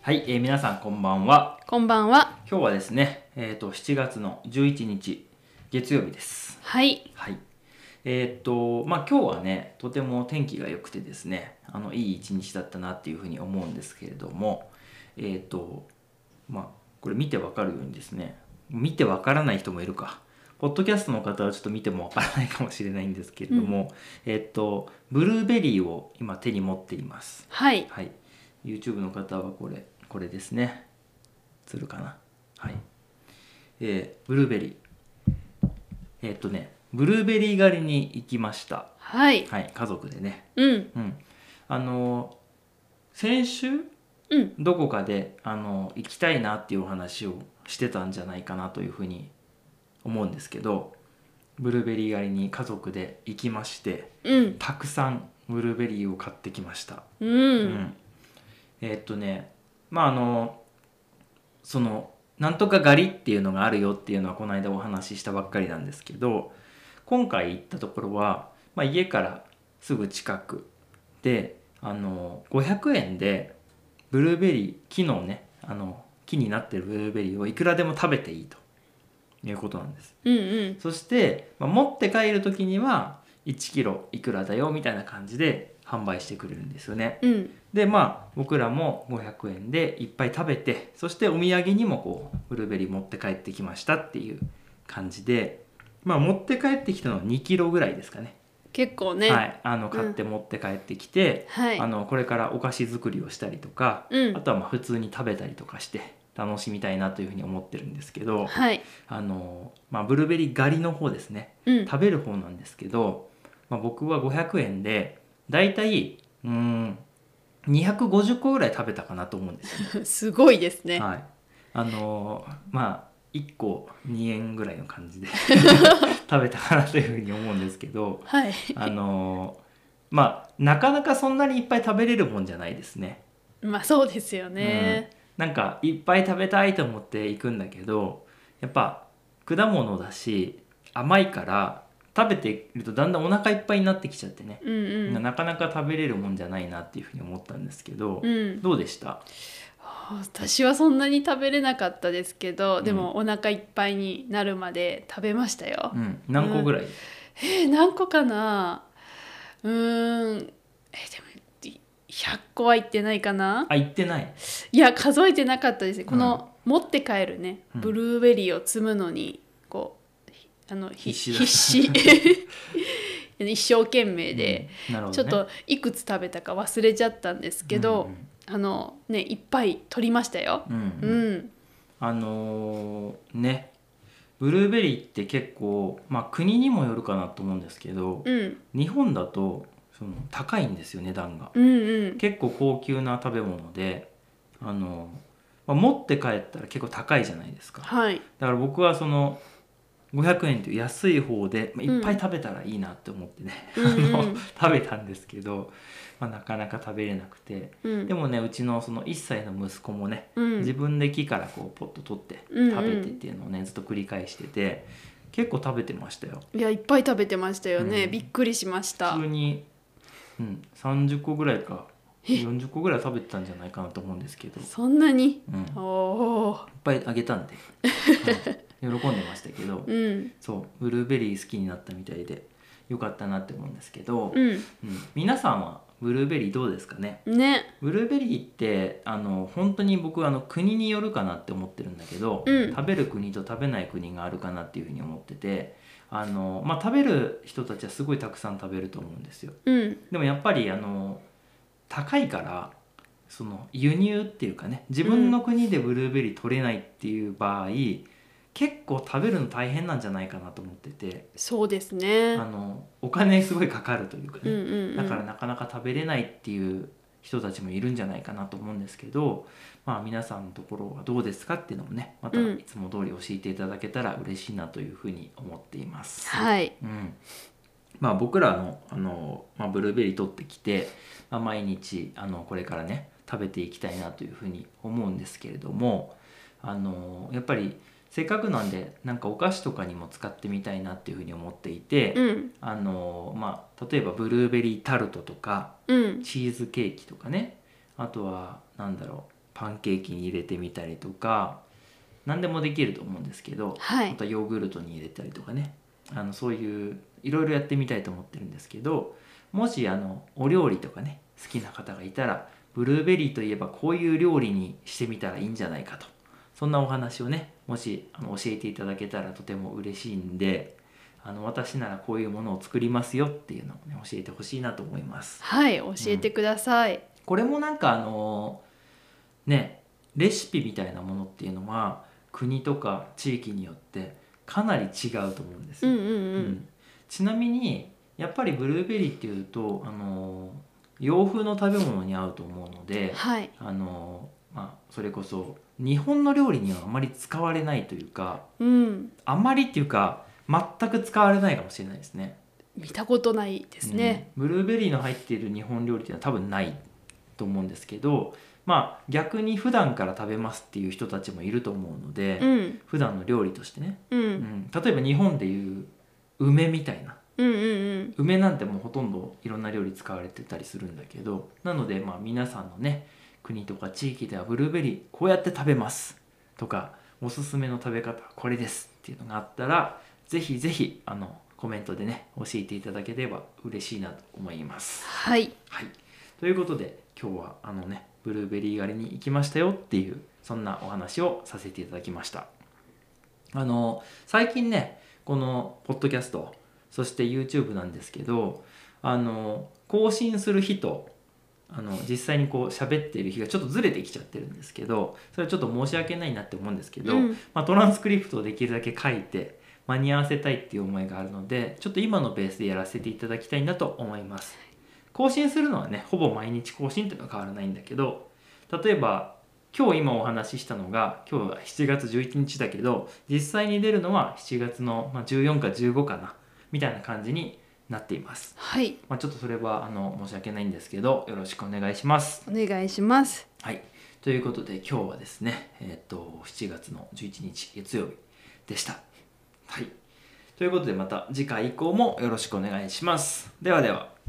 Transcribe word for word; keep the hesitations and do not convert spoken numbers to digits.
はい、えー皆さんこんばんは。 こんばんは。 今日はですね、えー、としちがつのじゅういちにち月曜日です。 はい。 はい。えっ、とまあ今日はね、とても天気が良くてですね、あのいい一日だったなっていうふうに思うんですけれども、えっ、とまあこれ見てわかるようにですね、見てわからない人もいるか。ポッドキャストの方はちょっと見てもわからないかもしれないんですけれども、えっ、とブルーベリーを今手に持っています。 はい。 はい。YouTube の方はこれこれですね。映るかな。はい。えーブルーベリー。えーっとね、ブルーベリー狩りに行きました。 はい。 はい、家族でね。 うん。 うん。あの先週うん。 どこかであの行きたいなっていうお話をしてたんじゃないかなというふうに思うんですけど、ブルーベリー狩りに家族で行きまして、 うん。 たくさんブルーベリーを買ってきました。 う。 うんん。えーっとね、まああのそのなんとか狩りっていうのがあるよっていうのはこの間お話ししたばっかりなんですけど、今回行ったところは、まあ、家からすぐ近くで、あのごひゃくえんでブルーベリー、木のね、あの木になってるブルーベリーをいくらでも食べていいということなんです。 うん。うん。 そして、まあ、持って帰る時にはいちキロいくらだよみたいな感じで販売してくれるんですよね。 うん。 でまあ僕らもごひゃくえんでいっぱい食べて、そしてお土産にもこうブルーベリー持って帰ってきましたっていう感じで、まあ持って帰ってきたのはにキロぐらいですかね。 結構ね。 はい、あの買って持って帰ってきて、 はい。 あのこれからお菓子作りをしたりとか、 うんあとはまあ普通に食べたりとかして楽しみたいなというふうに思ってるんですけど、 はい。 あの、まあ、ブルーベリー狩りの方ですね、 うん。 食べる方なんですけど、まあ、僕はごひゃくえんでだいたいうーんにひゃくごじゅっこぐらい食べたかなと思うんですよね。 すごいですね。 はい。あのまあいっこにえんぐらいの感じで食べたかなというふうに思うんですけど、 はい。 あのまあなかなかそんなにいっぱい食べれるもんじゃないですね。 まあそうですようん、 ね。 なんかいっぱい食べたいと思って行くんだけど、やっぱ果物だし甘いから食べているとだんだんお腹いっぱいになってきちゃってね、 うんうん。 なかなか食べれるもんじゃないなっていうふうに思ったんですけど、 うん。 どうでした？ 私はそんなに食べれなかったですけど、 うんでもお腹いっぱいになるまで食べましたよ。 うん、何個ぐらい？ えー、何個かな。うーん。えー、でもひゃっこはいってないかな。 あ、行ってない。 いや、数えてなかったですね。 うんこの持って帰るね、 うんブルーベリーを摘むのにこうひあのひ必死だ必死一生懸命で、 うん、なるほどね。 ちょっといくつ食べたか忘れちゃったんですけど、あのね、いっぱい取りましたよ。 うんうんううん、 ん。 あのーねブルーベリーって結構、まあ、国にもよるかなと思うんですけど、 うん日本だとその高いんですよ、値段が。 うんうん結構高級な食べ物で、あの、まあ、持って帰ったら結構高いじゃないですか。 はいだから僕はそのごひゃくえんという安い方で、まあ、いっぱいうん食べたらいいなって思ってね、 うんうあのん食べたんですけど、まあ、なかなか食べれなくて、 うんでもねうちのそのいっさいの息子もね、 うん自分で木からこうポッと取ってうん食べてっていうのをねずっと繰り返してて、結構食べてましたよ。 いや、いっぱい食べてましたよね、 うんびっくりしました普通に、うん、さんじゅっこぐらいかよんじゅっこぐらい食べてたんじゃないかなと思うんですけど、 そんなに。 うん、いっおおー。 ぱいあげたんで、はい喜んでましたけど、 うんそうブルーベリー好きになったみたいでよかったなって思うんですけど、 ううん皆さんはブルーベリーどうですかね？ んね。 ブルーベリーってあの本当に僕はあの国によるかなって思ってるんだけど、 うん食べる国と食べない国があるかなっていうふうに思ってて、あの、まあ、食べる人たちはすごいたくさん食べると思うんですよ。 うんでもやっぱりあの高いからその輸入っていうかね、自分の国でブルーベリー取れないっていう場合、結構食べるの大変なんじゃないかなと思ってて、 そうですね。 あのお金すごいかかるというかね、 うんうんうんだからなかなか食べれないっていう人たちもいるんじゃないかなと思うんですけど、まあ皆さんのところはどうですかっていうのもね、またうんいつも通り教えていただけたら嬉しいなというふうに思っています。 はいうんまあ、僕らのあの、まあ、ブルーベリー取ってきて、まあ、毎日あのこれからね食べていきたいなというふうに思うんですけれども、あのやっぱりせっかくなんでなんかお菓子とかにも使ってみたいなっていうふうに思っていて、 うんあのまあ、例えばブルーベリータルトとかうんチーズケーキとかね、あとはなんだろうパンケーキに入れてみたりとか、何でもできると思うんですけど、 はいまたヨーグルトに入れたりとかね、あのそういういろいろやってみたいと思ってるんですけど、もしあのお料理とかね好きな方がいたら、ブルーベリーといえばこういう料理にしてみたらいいんじゃないかと、そんなお話をねもしあの教えていただけたらとても嬉しいんで、あの私ならこういうものを作りますよっていうのを、ね、教えてほしいなと思います。 はい、教えてください。 これもなんかあのねレシピみたいなものっていうのは国とか地域によってかなり違うと思うんですよ。 うんうんうん、 うんちなみにやっぱりブルーベリーっていうとあの洋風の食べ物に合うと思うので、 はい、 あのまあそれこそ日本の料理にはあまり使われないというか、 うん、 あんまりっていうか全く使われないかもしれないですね。 見たことないですね。 うん、ブルーベリーの入っている日本料理っていうのは多分ないと思うんですけど、まあ逆に普段から食べますっていう人たちもいると思うので、 うん、 普段の料理としてね、 うん、う、 うんん、例えば日本でいう梅みたいな、 うん、うん、 梅なんてもうほとんどいろんな料理使われてたりするんだけど、なのでまあ皆さんのね国とか地域ではブルーベリーこうやって食べますとか、おすすめの食べ方はこれですっていうのがあったら、ぜひぜひあのコメントでね教えていただければ嬉しいなと思います。 はい、 はい、ということで今日はあのねブルーベリー狩りに行きましたよっていう、そんなお話をさせていただきました。あの最近ねこのポッドキャスト、そして YouTube なんですけど、あの更新する日とあの実際にこう喋っている日がちょっとずれてきちゃってるんですけど、それはちょっと申し訳ないなって思うんですけど、 うんまあ、トランスクリプトをできるだけ書いて間に合わせたいっていう思いがあるので、ちょっと今のベースでやらせていただきたいなと思います。更新するのはねほぼ毎日更新っていうのは変わらないんだけど、例えば今日今お話ししたのが今日はしちがつじゅういちにちだけど、実際に出るのはしちがつのじゅうよっかじゅうごかなみたいな感じになっています。 はい、 まあ、ちょっとそれはあの申し訳ないんですけど、よろしくお願いします。 お願いします。 はい、ということで今日はですね、えっとしちがつのじゅういちにち月曜日でした。はい、ということでまた次回以降もよろしくお願いします。ではでは。